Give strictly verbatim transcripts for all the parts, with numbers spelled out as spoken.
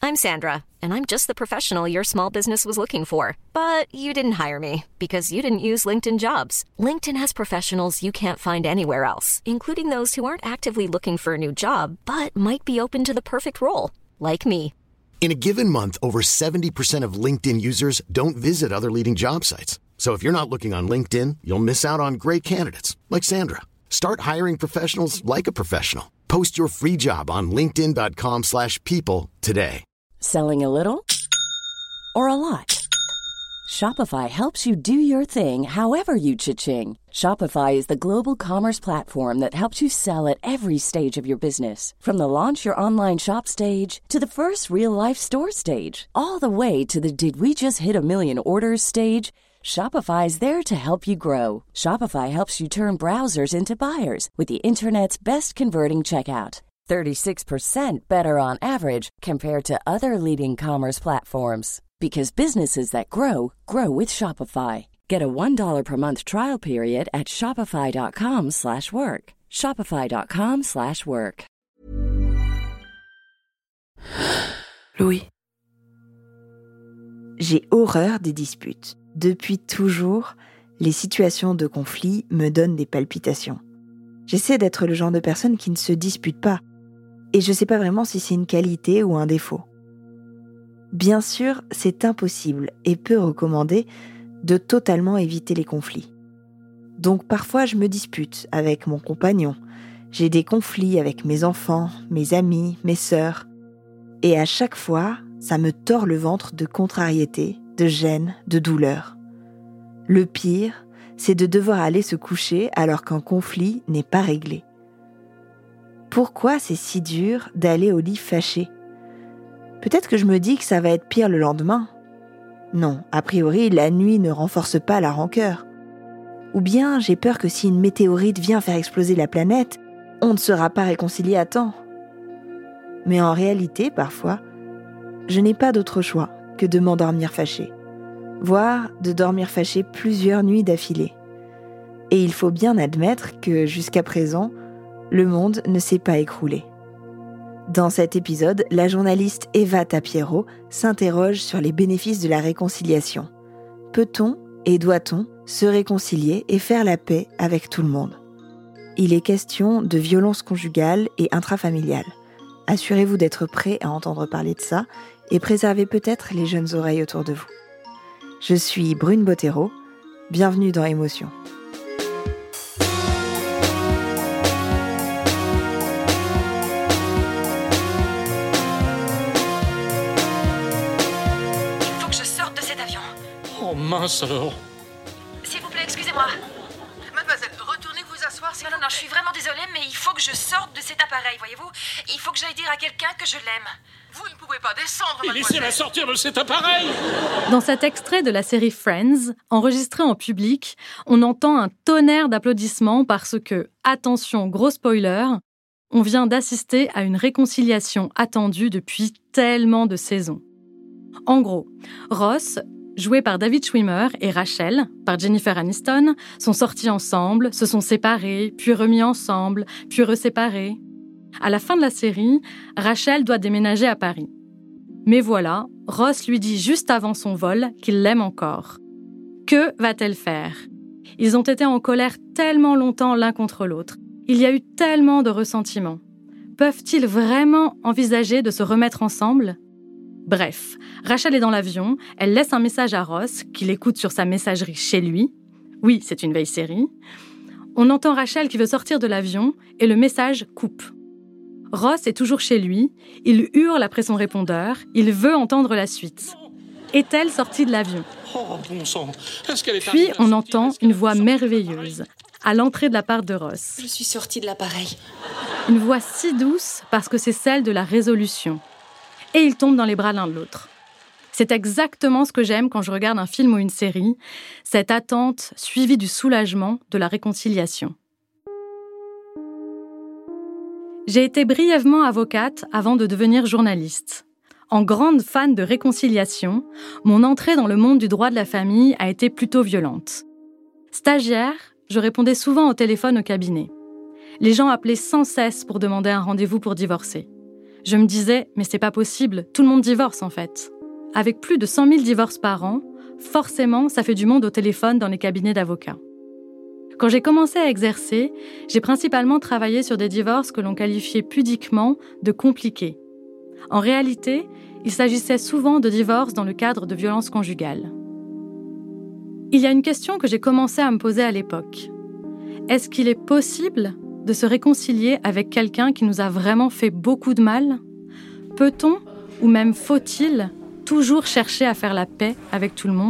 I'm Sandra, and I'm just the professional your small business was looking for. But you didn't hire me because you didn't use LinkedIn Jobs. LinkedIn has professionals you can't find anywhere else, including those who aren't actively looking for a new job, but might be open to the perfect role, like me. In a given month, over seventy percent of LinkedIn users don't visit other leading job sites. So if you're not looking on LinkedIn, you'll miss out on great candidates like Sandra. Start hiring professionals like a professional. Post your free job on linkedin.com slash people today. Selling a little or a lot? Shopify helps you do your thing however you cha-ching. Shopify is the global commerce platform that helps you sell at every stage of your business. From the launch your online shop stage to the first real-life store stage, all the way to the did we just hit a million orders stage. Shopify is there to help you grow. Shopify helps you turn browsers into buyers with the internet's best converting checkout. thirty-six percent better on average compared to other leading commerce platforms. Because businesses that grow, grow with Shopify. Get a one dollar per month trial period at shopify.com slash work. Shopify.com slash work. Louis. J'ai horreur des disputes. Depuis toujours, les situations de conflit me donnent des palpitations. J'essaie d'être le genre de personne qui ne se dispute pas. Et je ne sais pas vraiment si c'est une qualité ou un défaut. Bien sûr, c'est impossible et peu recommandé de totalement éviter les conflits. Donc parfois je me dispute avec mon compagnon. J'ai des conflits avec mes enfants, mes amis, mes sœurs. Et à chaque fois, ça me tord le ventre de contrariété, de gêne, de douleur. Le pire, c'est de devoir aller se coucher alors qu'un conflit n'est pas réglé. Pourquoi c'est si dur d'aller au lit fâché ? Peut-être que je me dis que ça va être pire le lendemain. Non, a priori, la nuit ne renforce pas la rancœur. Ou bien j'ai peur que si une météorite vient faire exploser la planète, on ne sera pas réconcilié à temps. Mais en réalité, parfois, je n'ai pas d'autre choix que de m'endormir fâché, voire de dormir fâché plusieurs nuits d'affilée. Et il faut bien admettre que, jusqu'à présent, le monde ne s'est pas écroulé. Dans cet épisode, la journaliste Eva Tapiero s'interroge sur les bénéfices de la réconciliation. Peut-on et doit-on se réconcilier et faire la paix avec tout le monde ? Il est question de violence conjugale et intrafamiliale. Assurez-vous d'être prêt à entendre parler de ça et préservez peut-être les jeunes oreilles autour de vous. Je suis Brune Bottero, bienvenue dans Émotion. Oh mince alors. S'il vous plaît, excusez-moi. Mademoiselle, retournez vous asseoir s'il Non, vous non, non, plaît. je suis vraiment désolée, mais il faut que je sorte de cet appareil, voyez-vous. Il faut que j'aille dire à quelqu'un que je l'aime. Vous ne pouvez pas descendre, Et mademoiselle. laissez-la sortir de cet appareil. Dans cet extrait de la série Friends, enregistré en public, on entend un tonnerre d'applaudissements parce que, attention, gros spoiler, on vient d'assister à une réconciliation attendue depuis tellement de saisons. En gros, Ross, joué par David Schwimmer, et Rachel, par Jennifer Aniston, sont sortis ensemble, se sont séparés, puis remis ensemble, puis reséparés. À la fin de la série, Rachel doit déménager à Paris. Mais voilà, Ross lui dit juste avant son vol qu'il l'aime encore. Que va-t-elle faire ? Ils ont été en colère tellement longtemps l'un contre l'autre. Il y a eu tellement de ressentiments. Peuvent-ils vraiment envisager de se remettre ensemble ? Bref, Rachel est dans l'avion, elle laisse un message à Ross, qu'il écoute sur sa messagerie chez lui. Oui, c'est une vieille série. On entend Rachel qui veut sortir de l'avion et le message coupe. Ross est toujours chez lui, il hurle après son répondeur, il veut entendre la suite. Est-elle sortie de l'avion ? Oh bon sang. Est-ce qu'elle est Puis arrivée à on sortir ? entend Est-ce qu'elle une est voix sortie de merveilleuse, à l'entrée de la part de Ross. Je suis sortie de l'appareil. Une voix si douce parce que c'est celle de la résolution. Et ils tombent dans les bras l'un de l'autre. C'est exactement ce que j'aime quand je regarde un film ou une série, cette attente suivie du soulagement, de la réconciliation. J'ai été brièvement avocate avant de devenir journaliste. En grande fan de réconciliation, mon entrée dans le monde du droit de la famille a été plutôt violente. Stagiaire, je répondais souvent au téléphone au cabinet. Les gens appelaient sans cesse pour demander un rendez-vous pour divorcer. Je me disais, mais c'est pas possible, tout le monde divorce en fait. Avec plus de cent mille divorces par an, forcément, ça fait du monde au téléphone dans les cabinets d'avocats. Quand j'ai commencé à exercer, j'ai principalement travaillé sur des divorces que l'on qualifiait pudiquement de compliqués. En réalité, il s'agissait souvent de divorces dans le cadre de violences conjugales. Il y a une question que j'ai commencé à me poser à l'époque. Est-ce qu'il est possible de se réconcilier avec quelqu'un qui nous a vraiment fait beaucoup de mal ? Peut-on, ou même faut-il, toujours chercher à faire la paix avec tout le monde ?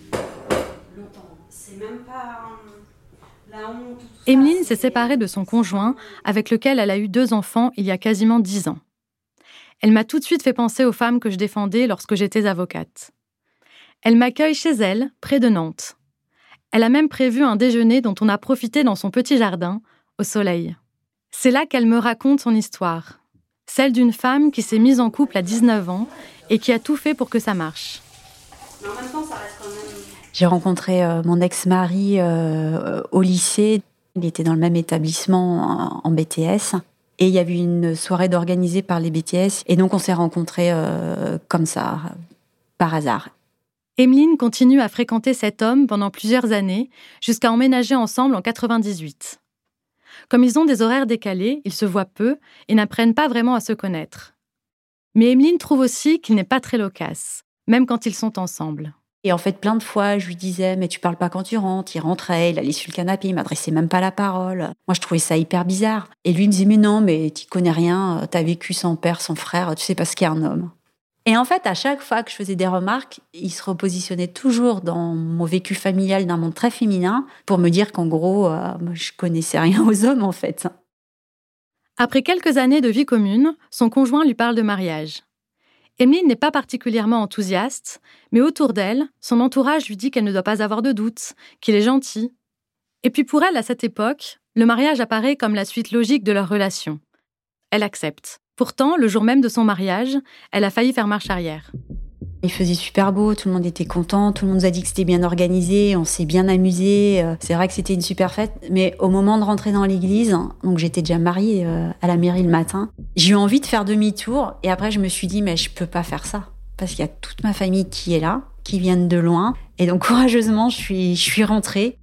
Emeline s'est séparée de son conjoint, avec lequel elle a eu deux enfants il y a quasiment dix ans. Elle m'a tout de suite fait penser aux femmes que je défendais lorsque j'étais avocate. Elle m'accueille chez elle, près de Nantes. Elle a même prévu un déjeuner dont on a profité dans son petit jardin, au soleil. C'est là qu'elle me raconte son histoire. Celle d'une femme qui s'est mise en couple à dix-neuf ans et qui a tout fait pour que ça marche. Mais en même temps, ça reste quand même... J'ai rencontré euh, mon ex-mari euh, au lycée. Il était dans le même établissement en, en B T S. Et il y avait une soirée d'organisée par les B T S. Et donc, on s'est rencontrés euh, comme ça, par hasard. Emeline continue à fréquenter cet homme pendant plusieurs années, jusqu'à emménager ensemble en quatre-vingt-dix-huit. Comme ils ont des horaires décalés, ils se voient peu et n'apprennent pas vraiment à se connaître. Mais Emeline trouve aussi qu'il n'est pas très loquace, même quand ils sont ensemble. Et en fait, plein de fois, je lui disais « Mais tu parles pas quand tu rentres ?» Il rentrait, il allait sur le canapé, il m'adressait même pas la parole. Moi, je trouvais ça hyper bizarre. Et lui, il me disait « Mais non, mais tu connais rien, t'as vécu sans père, sans frère, tu sais pas ce qu'est un homme. » Et en fait, à chaque fois que je faisais des remarques, il se repositionnait toujours dans mon vécu familial d'un monde très féminin pour me dire qu'en gros, euh, moi, je connaissais rien aux hommes, en fait. Après quelques années de vie commune, son conjoint lui parle de mariage. Emeline n'est pas particulièrement enthousiaste, mais autour d'elle, son entourage lui dit qu'elle ne doit pas avoir de doute, qu'il est gentil. Et puis pour elle, à cette époque, le mariage apparaît comme la suite logique de leur relation. Elle accepte. Pourtant, le jour même de son mariage, elle a failli faire marche arrière. Il faisait super beau, tout le monde était content, tout le monde nous a dit que c'était bien organisé, on s'est bien amusé. C'est vrai que c'était une super fête, mais au moment de rentrer dans l'église, donc j'étais déjà mariée à la mairie le matin, j'ai eu envie de faire demi-tour et après je me suis dit mais je peux pas faire ça parce qu'il y a toute ma famille qui est là, qui viennent de loin et donc courageusement je suis je suis rentrée.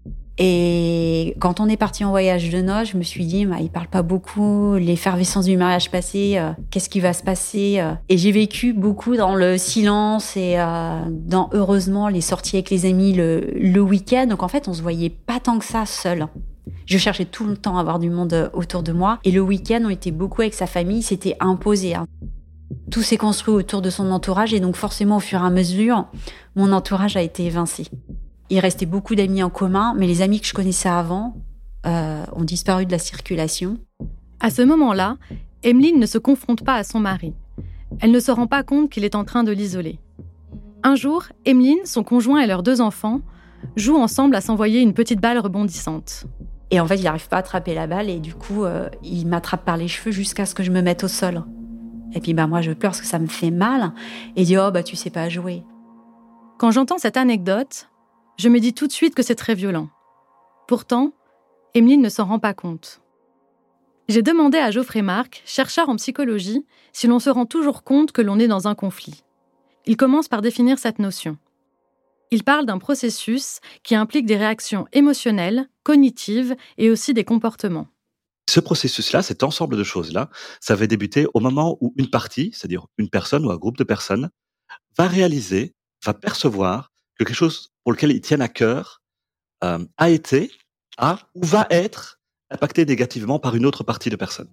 Et quand on est parti en voyage de noces, je me suis dit, bah, il parle pas beaucoup, l'effervescence du mariage passé, euh, qu'est-ce qui va se passer euh. Et j'ai vécu beaucoup dans le silence et euh, dans, heureusement, les sorties avec les amis le, le week-end. Donc en fait, on se voyait pas tant que ça seul. Je cherchais tout le temps à avoir du monde autour de moi. Et le week-end, on était beaucoup avec sa famille, c'était imposé. Hein. Tout s'est construit autour de son entourage et donc forcément, au fur et à mesure, mon entourage a été évincé. Il restait beaucoup d'amis en commun, mais les amis que je connaissais avant euh, ont disparu de la circulation. À ce moment-là, Emeline ne se confronte pas à son mari. Elle ne se rend pas compte qu'il est en train de l'isoler. Un jour, Emeline, son conjoint et leurs deux enfants jouent ensemble à s'envoyer une petite balle rebondissante. Et en fait, il n'arrive pas à attraper la balle et du coup, euh, il m'attrape par les cheveux jusqu'à ce que je me mette au sol. Et puis bah, moi, je pleure parce que ça me fait mal. Et il dit « Oh, bah tu sais pas jouer ». Quand j'entends cette anecdote, je me dis tout de suite que c'est très violent. Pourtant, Emeline ne s'en rend pas compte. J'ai demandé à Geoffrey Marc, chercheur en psychologie, si l'on se rend toujours compte que l'on est dans un conflit. Il commence par définir cette notion. Il parle d'un processus qui implique des réactions émotionnelles, cognitives et aussi des comportements. Ce processus-là, cet ensemble de choses-là, ça va débuter au moment où une partie, c'est-à-dire une personne ou un groupe de personnes, va réaliser, va percevoir que quelque chose pour lequel ils tiennent à cœur euh, a été, a ou va être impacté négativement par une autre partie de personnes.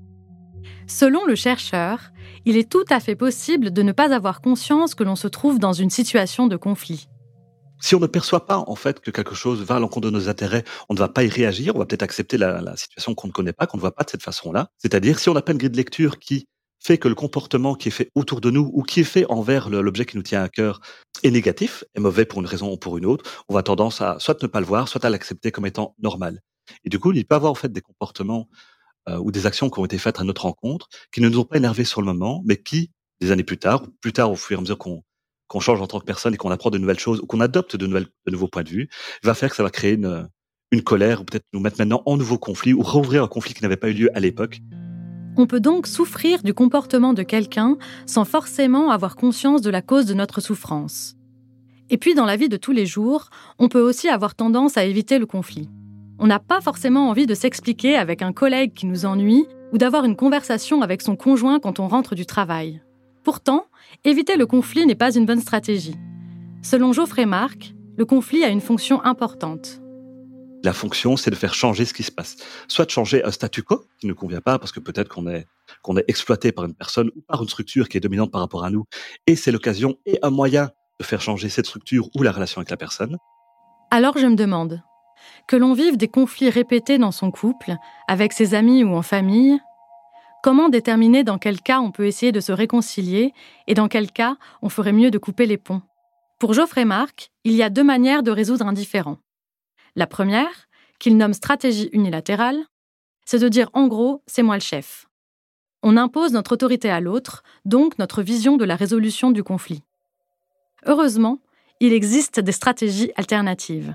Selon le chercheur, il est tout à fait possible de ne pas avoir conscience que l'on se trouve dans une situation de conflit. Si on ne perçoit pas en fait que quelque chose va à l'encontre de nos intérêts, on ne va pas y réagir, on va peut-être accepter la, la situation qu'on ne connaît pas, qu'on ne voit pas de cette façon-là. C'est-à-dire, si on n'a pas une grille de lecture qui fait que le comportement qui est fait autour de nous ou qui est fait envers le, l'objet qui nous tient à cœur est négatif, est mauvais pour une raison ou pour une autre, on va tendance à soit ne pas le voir, soit à l'accepter comme étant normal. Et du coup, il peut y avoir en fait des comportements euh, ou des actions qui ont été faites à notre rencontre qui ne nous ont pas énervés sur le moment, mais qui, des années plus tard, ou plus tard au fur et à mesure qu'on, qu'on change en tant que personne et qu'on apprend de nouvelles choses ou qu'on adopte de, nouvelles, de nouveaux points de vue, va faire que ça va créer une, une colère ou peut-être nous mettre maintenant en nouveau conflit ou rouvrir un conflit qui n'avait pas eu lieu à l'époque. On peut donc souffrir du comportement de quelqu'un sans forcément avoir conscience de la cause de notre souffrance. Et puis, dans la vie de tous les jours, on peut aussi avoir tendance à éviter le conflit. On n'a pas forcément envie de s'expliquer avec un collègue qui nous ennuie ou d'avoir une conversation avec son conjoint quand on rentre du travail. Pourtant, éviter le conflit n'est pas une bonne stratégie. Selon Geoffrey Marx, le conflit a une fonction importante. La fonction, c'est de faire changer ce qui se passe. Soit de changer un statu quo qui ne convient pas parce que peut-être qu'on est, qu'on est exploité par une personne ou par une structure qui est dominante par rapport à nous. Et c'est l'occasion et un moyen de faire changer cette structure ou la relation avec la personne. Alors je me demande, que l'on vive des conflits répétés dans son couple, avec ses amis ou en famille, comment déterminer dans quel cas on peut essayer de se réconcilier et dans quel cas on ferait mieux de couper les ponts? Pour Geoffrey Marx, il y a deux manières de résoudre un différend. La première, qu'il nomme stratégie unilatérale, c'est de dire en gros, c'est moi le chef. On impose notre autorité à l'autre, donc notre vision de la résolution du conflit. Heureusement, il existe des stratégies alternatives.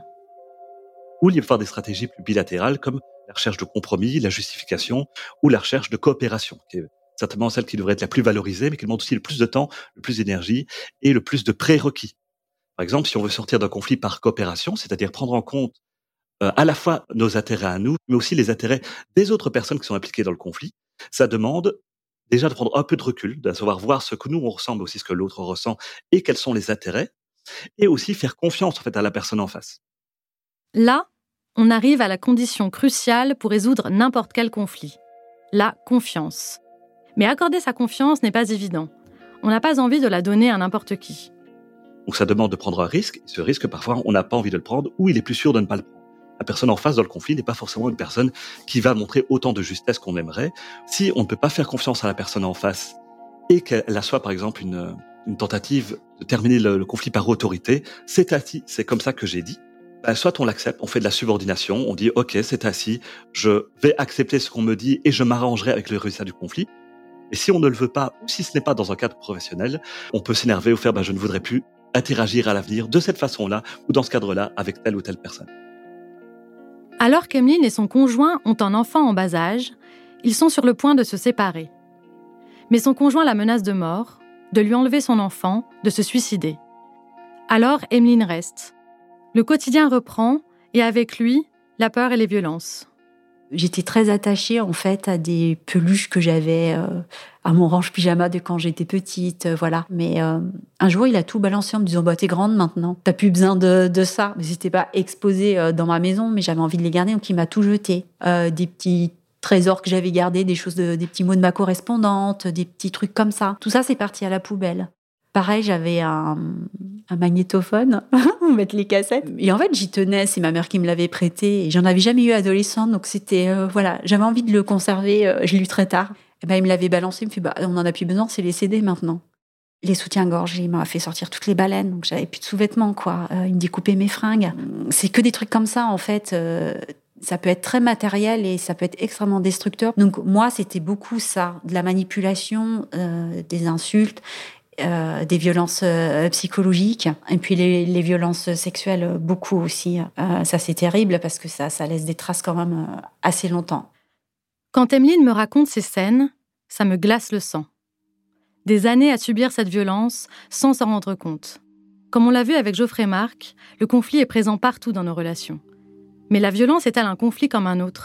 Ou il y a avoir des stratégies plus bilatérales comme la recherche de compromis, la justification ou la recherche de coopération, qui est certainement celle qui devrait être la plus valorisée, mais qui demande aussi le plus de temps, le plus d'énergie et le plus de prérequis. Par exemple, si on veut sortir d'un conflit par coopération, c'est-à-dire prendre en compte euh, à la fois nos intérêts à nous, mais aussi les intérêts des autres personnes qui sont impliquées dans le conflit, ça demande déjà de prendre un peu de recul, de savoir voir ce que nous on ressent, mais aussi ce que l'autre ressent et quels sont les intérêts, et aussi faire confiance en fait à la personne en face. Là, on arrive à la condition cruciale pour résoudre n'importe quel conflit, la confiance. Mais accorder sa confiance n'est pas évident. On n'a pas envie de la donner à n'importe qui. Donc ça demande de prendre un risque, et ce risque parfois on n'a pas envie de le prendre ou il est plus sûr de ne pas le prendre. La personne en face dans le conflit n'est pas forcément une personne qui va montrer autant de justesse qu'on aimerait. Si on ne peut pas faire confiance à la personne en face et qu'elle soit par exemple une, une tentative de terminer le, le conflit par autorité, c'est assis, c'est comme ça que j'ai dit, ben, soit on l'accepte, on fait de la subordination, on dit ok c'est assis, je vais accepter ce qu'on me dit et je m'arrangerai avec le résultat du conflit. Et si on ne le veut pas ou si ce n'est pas dans un cadre professionnel, on peut s'énerver ou faire ben, je ne voudrais plus interagir à l'avenir de cette façon-là ou dans ce cadre-là avec telle ou telle personne. Alors qu'Emeline et son conjoint ont un enfant en bas âge, ils sont sur le point de se séparer. Mais son conjoint la menace de mort, de lui enlever son enfant, de se suicider. Alors Emeline reste. Le quotidien reprend et avec lui, la peur et les violences. J'étais très attachée en fait à des peluches que j'avais, euh, à mon range pyjama de quand j'étais petite, euh, voilà. Mais euh, un jour, il a tout balancé en me disant bah t'es grande maintenant, t'as plus besoin de, de ça. Mais c'était pas exposé euh, dans ma maison, mais j'avais envie de les garder, donc il m'a tout jeté. Euh, des petits trésors que j'avais gardés, des choses, de, des petits mots de ma correspondante, des petits trucs comme ça. Tout ça, c'est parti à la poubelle. Pareil, j'avais un, un magnétophone où mettre les cassettes. Et en fait, j'y tenais, c'est ma mère qui me l'avait prêté. Et j'en avais jamais eu adolescente, donc c'était, euh, voilà, j'avais envie de le conserver. Euh, je l'ai eu très tard. Et ben, il me l'avait balancé, il me fait, bah, on en a plus besoin, c'est les C D maintenant. Les soutiens-gorge, il m'a fait sortir toutes les baleines, donc j'avais plus de sous-vêtements, quoi. Euh, il me découpait mes fringues. C'est que des trucs comme ça, en fait. Euh, ça peut être très matériel et ça peut être extrêmement destructeur. Donc moi, c'était beaucoup ça, de la manipulation, euh, des insultes. Euh, des violences euh, psychologiques et puis les, les violences sexuelles euh, beaucoup aussi. Euh, ça c'est terrible parce que ça, ça laisse des traces quand même euh, assez longtemps. Quand Emeline me raconte ces scènes, ça me glace le sang. Des années à subir cette violence sans s'en rendre compte. Comme on l'a vu avec Geoffrey Marx, le conflit est présent partout dans nos relations. Mais la violence est-elle un conflit comme un autre ?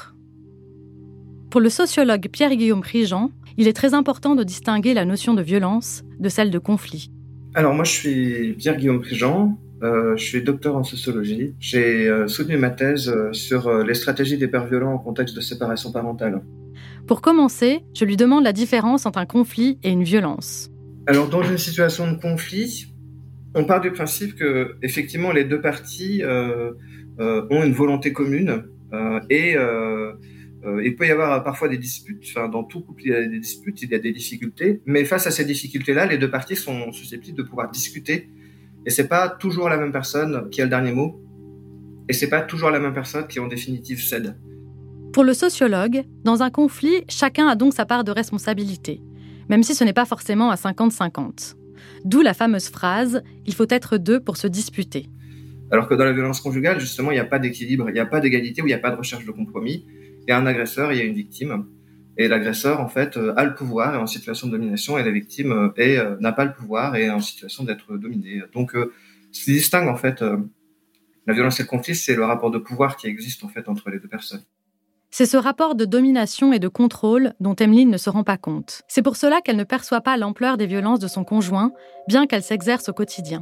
Pour le sociologue Pierre-Guillaume Prigent, il est très important de distinguer la notion de violence de celle de conflit. Alors moi je suis Pierre-Guillaume Prigent, euh, je suis docteur en sociologie. J'ai euh, soutenu ma thèse euh, sur euh, les stratégies des pères violents en contexte de séparation parentale. Pour commencer, je lui demande la différence entre un conflit et une violence. Alors dans une situation de conflit, on part du principe que effectivement les deux parties euh, euh, ont une volonté commune euh, et euh, Euh, il peut y avoir parfois des disputes, enfin dans tout couple il y a des disputes, il y a des difficultés, mais face à ces difficultés-là, les deux parties sont susceptibles de pouvoir discuter, et c'est pas toujours la même personne qui a le dernier mot, et c'est pas toujours la même personne qui en définitive cède. Pour le sociologue, dans un conflit, chacun a donc sa part de responsabilité, même si ce n'est pas forcément à cinquante cinquante. D'où la fameuse phrase « il faut être deux pour se disputer ». Alors que dans la violence conjugale, justement, il n'y a pas d'équilibre, il n'y a pas d'égalité ou il n'y a pas de recherche de compromis. Il y a un agresseur, il y a une victime. Et l'agresseur, en fait, euh, a le pouvoir, est en situation de domination, et la victime euh, est, euh, n'a pas le pouvoir et est en situation d'être dominée. Donc, euh, ce qui distingue, en fait, euh, la violence et le conflit, c'est le rapport de pouvoir qui existe, en fait, entre les deux personnes. C'est ce rapport de domination et de contrôle dont Emeline ne se rend pas compte. C'est pour cela qu'elle ne perçoit pas l'ampleur des violences de son conjoint, bien qu'elle s'exerce au quotidien.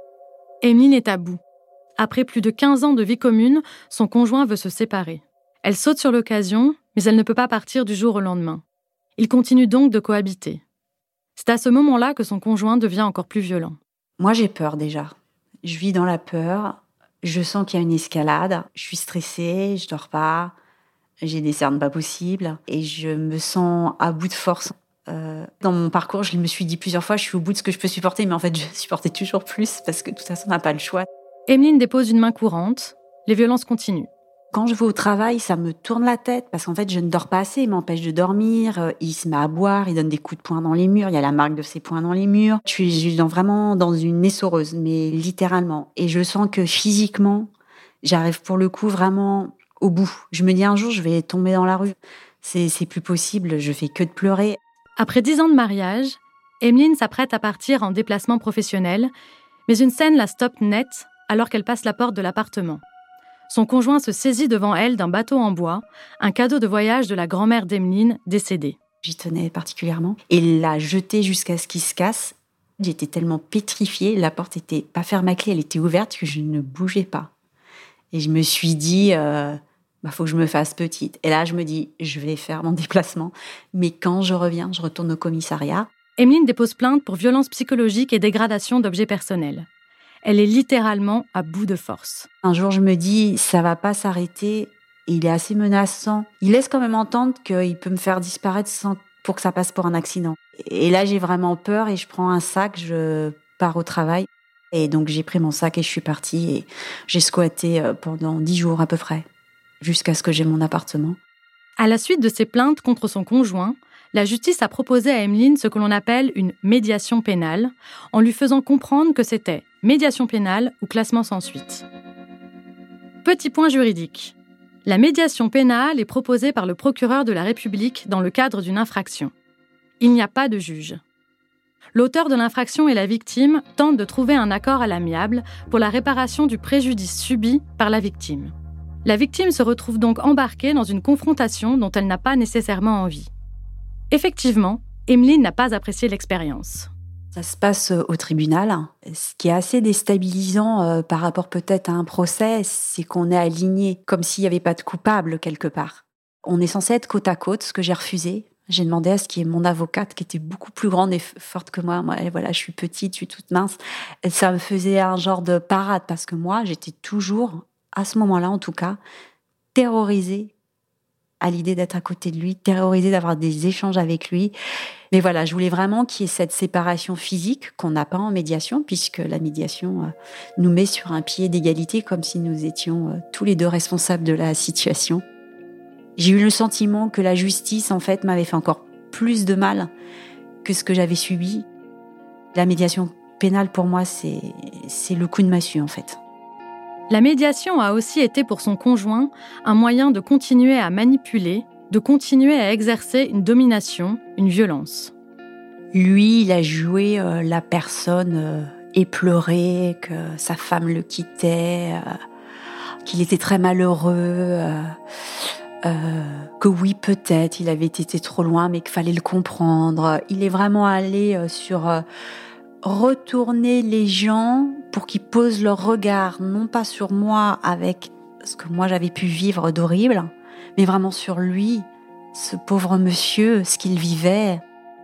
Emeline est à bout. Après plus de quinze ans de vie commune, son conjoint veut se séparer. Elle saute sur l'occasion, mais elle ne peut pas partir du jour au lendemain. Ils continuent donc de cohabiter. C'est à ce moment-là que son conjoint devient encore plus violent. Moi, j'ai peur déjà. Je vis dans la peur. Je sens qu'il y a une escalade. Je suis stressée, je dors pas. J'ai des cernes pas possibles. Et je me sens à bout de force. Euh, dans mon parcours, je me suis dit plusieurs fois, je suis au bout de ce que je peux supporter. Mais en fait, je supportais toujours plus parce que de toute façon, on n'a pas le choix. Emeline dépose une main courante. Les violences continuent. Quand je vais au travail, ça me tourne la tête parce qu'en fait, je ne dors pas assez. Il m'empêche de dormir. Il se met à boire. Il donne des coups de poing dans les murs. Il y a la marque de ses poings dans les murs. Je suis, je suis dans, vraiment dans une essoreuse, mais littéralement. Et je sens que physiquement, j'arrive pour le coup vraiment au bout. Je me dis un jour, je vais tomber dans la rue. C'est, c'est plus possible. Je fais que de pleurer. Après dix ans de mariage, Emeline s'apprête à partir en déplacement professionnel, mais une scène la stoppe net alors qu'elle passe la porte de l'appartement. Son conjoint se saisit devant elle d'un bateau en bois, un cadeau de voyage de la grand-mère d'Emeline, décédée. J'y tenais particulièrement. Et l'a jeté jusqu'à ce qu'il se casse. J'étais tellement pétrifiée, la porte était pas fermée à clé, elle était ouverte, que je ne bougeais pas. Et je me suis dit, euh, bah, faut que je me fasse petite. Et là, je me dis, je vais faire mon déplacement. Mais quand je reviens, je retourne au commissariat. Emeline dépose plainte pour violence psychologique et dégradation d'objets personnels. Elle est littéralement à bout de force. Un jour, je me dis, ça va pas s'arrêter. Et il est assez menaçant. Il laisse quand même entendre qu'il peut me faire disparaître sans, pour que ça passe pour un accident. Et là, j'ai vraiment peur et je prends un sac, je pars au travail. Et donc, j'ai pris mon sac et je suis partie. Et j'ai squatté pendant dix jours à peu près, jusqu'à ce que j'ai mon appartement. À la suite de ces plaintes contre son conjoint, la justice a proposé à Emeline ce que l'on appelle une médiation pénale, en lui faisant comprendre que c'était médiation pénale ou classement sans suite. Petit point juridique. La médiation pénale est proposée par le procureur de la République dans le cadre d'une infraction. Il n'y a pas de juge. L'auteur de l'infraction et la victime tentent de trouver un accord à l'amiable pour la réparation du préjudice subi par la victime. La victime se retrouve donc embarquée dans une confrontation dont elle n'a pas nécessairement envie. Effectivement, Emeline n'a pas apprécié l'expérience. Ça se passe au tribunal. Ce qui est assez déstabilisant euh, par rapport peut-être à un procès, c'est qu'on est aligné, comme s'il n'y avait pas de coupable quelque part. On est censé être côte à côte, ce que j'ai refusé. J'ai demandé à ce qui est mon avocate, qui était beaucoup plus grande et forte que moi. Moi, voilà, je suis petite, je suis toute mince. Et ça me faisait un genre de parade, parce que moi, j'étais toujours, à ce moment-là en tout cas, terrorisée à l'idée d'être à côté de lui, terrorisée d'avoir des échanges avec lui. Mais voilà, je voulais vraiment qu'il y ait cette séparation physique qu'on n'a pas en médiation, puisque la médiation euh, nous met sur un pied d'égalité, comme si nous étions euh, tous les deux responsables de la situation. J'ai eu le sentiment que la justice, en fait, m'avait fait encore plus de mal que ce que j'avais subi. La médiation pénale, pour moi, c'est, c'est le coup de massue, en fait. La médiation a aussi été pour son conjoint un moyen de continuer à manipuler, de continuer à exercer une domination, une violence. Lui, il a joué euh, la personne euh, éplorée, que sa femme le quittait, euh, qu'il était très malheureux, euh, euh, que oui, peut-être, il avait été trop loin, mais qu'il fallait le comprendre. Il est vraiment allé euh, sur... Euh, retourner les gens pour qu'ils posent leur regard, non pas sur moi avec ce que moi j'avais pu vivre d'horrible, mais vraiment sur lui, ce pauvre monsieur, ce qu'il vivait.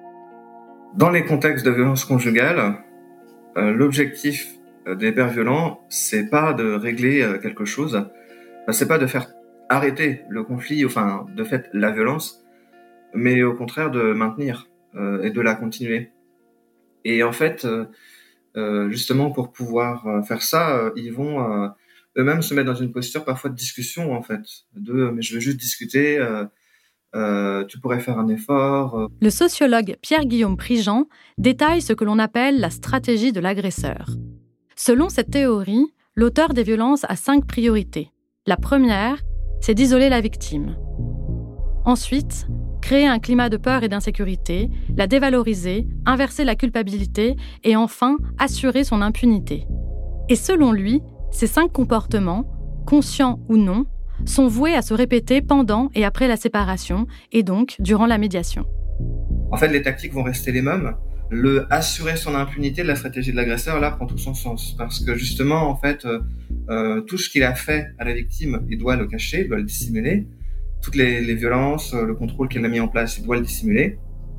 Dans les contextes de violence conjugale, euh, l'objectif des pères violents, c'est pas de régler euh, quelque chose, enfin, c'est pas de faire arrêter le conflit, enfin de fait la violence, mais au contraire de maintenir euh, et de la continuer. Et en fait, euh, euh, justement, pour pouvoir euh, faire ça, euh, ils vont euh, eux-mêmes se mettre dans une posture parfois de discussion, en fait. De « mais je veux juste discuter, euh, euh, tu pourrais faire un effort. Euh. » Le sociologue Pierre-Guillaume Prigent détaille ce que l'on appelle la stratégie de l'agresseur. Selon cette théorie, l'auteur des violences a cinq priorités. La première, c'est d'isoler la victime. Ensuite, créer un climat de peur et d'insécurité, la dévaloriser, inverser la culpabilité et enfin assurer son impunité. Et selon lui, ces cinq comportements, conscients ou non, sont voués à se répéter pendant et après la séparation et donc durant la médiation. En fait, les tactiques vont rester les mêmes. Le assurer son impunité de la stratégie de l'agresseur, là, prend tout son sens. Parce que justement, en fait, euh, euh, tout ce qu'il a fait à la victime, il doit le cacher, il doit le dissimuler. Toutes les, les violences, le contrôle qu'il a mis en place, il doit le dissimuler.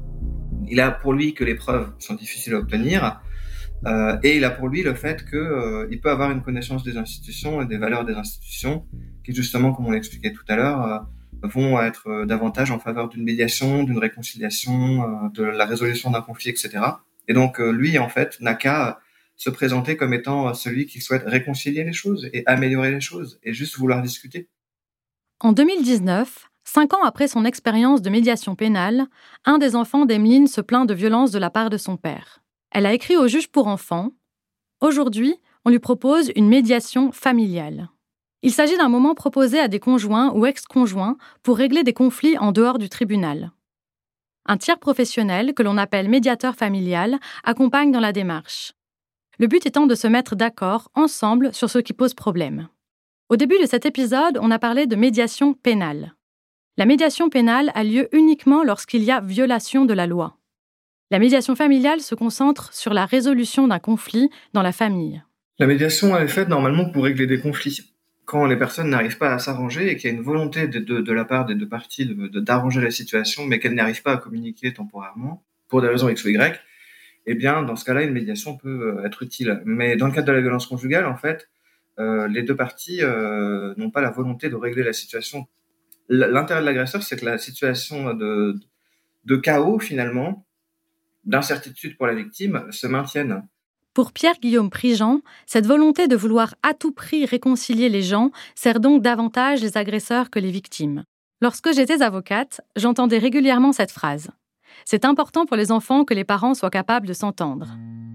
Il a pour lui que les preuves sont difficiles à obtenir. Euh, et il a pour lui le fait qu'il euh, peut avoir une connaissance des institutions et des valeurs des institutions qui, justement, comme on l'expliquait tout à l'heure, euh, vont être euh, davantage en faveur d'une médiation, d'une réconciliation, euh, de la résolution d'un conflit, et cetera. Et donc, euh, lui, en fait, n'a qu'à se présenter comme étant celui qui souhaite réconcilier les choses et améliorer les choses et juste vouloir discuter. En deux mille dix-neuf, cinq ans après son expérience de médiation pénale, un des enfants d'Emeline se plaint de violences de la part de son père. Elle a écrit au juge pour enfants. Aujourd'hui, on lui propose une médiation familiale. Il s'agit d'un moment proposé à des conjoints ou ex-conjoints pour régler des conflits en dehors du tribunal. Un tiers professionnel, que l'on appelle médiateur familial, accompagne dans la démarche. Le but étant de se mettre d'accord ensemble sur ce qui pose problème. Au début de cet épisode, on a parlé de médiation pénale. La médiation pénale a lieu uniquement lorsqu'il y a violation de la loi. La médiation familiale se concentre sur la résolution d'un conflit dans la famille. La médiation, elle est faite normalement pour régler des conflits. Quand les personnes n'arrivent pas à s'arranger et qu'il y a une volonté de, de, de la part des deux parties de, de, d'arranger la situation, mais qu'elles n'arrivent pas à communiquer temporairement, pour des raisons X ou Y, eh bien, dans ce cas-là, une médiation peut être utile. Mais dans le cadre de la violence conjugale, en fait, euh, les deux parties euh, n'ont pas la volonté de régler la situation. L'intérêt de l'agresseur, c'est que la situation de, de chaos, finalement, d'incertitude pour la victime, se maintienne. Pour Pierre-Guillaume Prigent, cette volonté de vouloir à tout prix réconcilier les gens sert donc davantage les agresseurs que les victimes. Lorsque j'étais avocate, j'entendais régulièrement cette phrase. C'est important pour les enfants que les parents soient capables de s'entendre.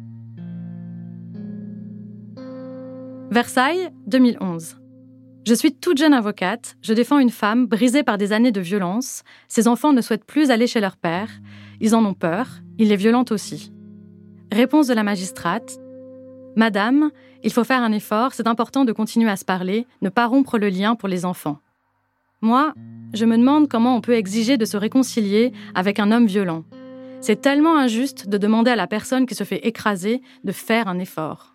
Versailles, deux mille onze. Je suis toute jeune avocate, je défends une femme brisée par des années de violence. Ses enfants ne souhaitent plus aller chez leur père. Ils en ont peur, ils les violentent aussi. Réponse de la magistrate. Madame, il faut faire un effort, c'est important de continuer à se parler, ne pas rompre le lien pour les enfants. Moi, je me demande comment on peut exiger de se réconcilier avec un homme violent. C'est tellement injuste de demander à la personne qui se fait écraser de faire un effort.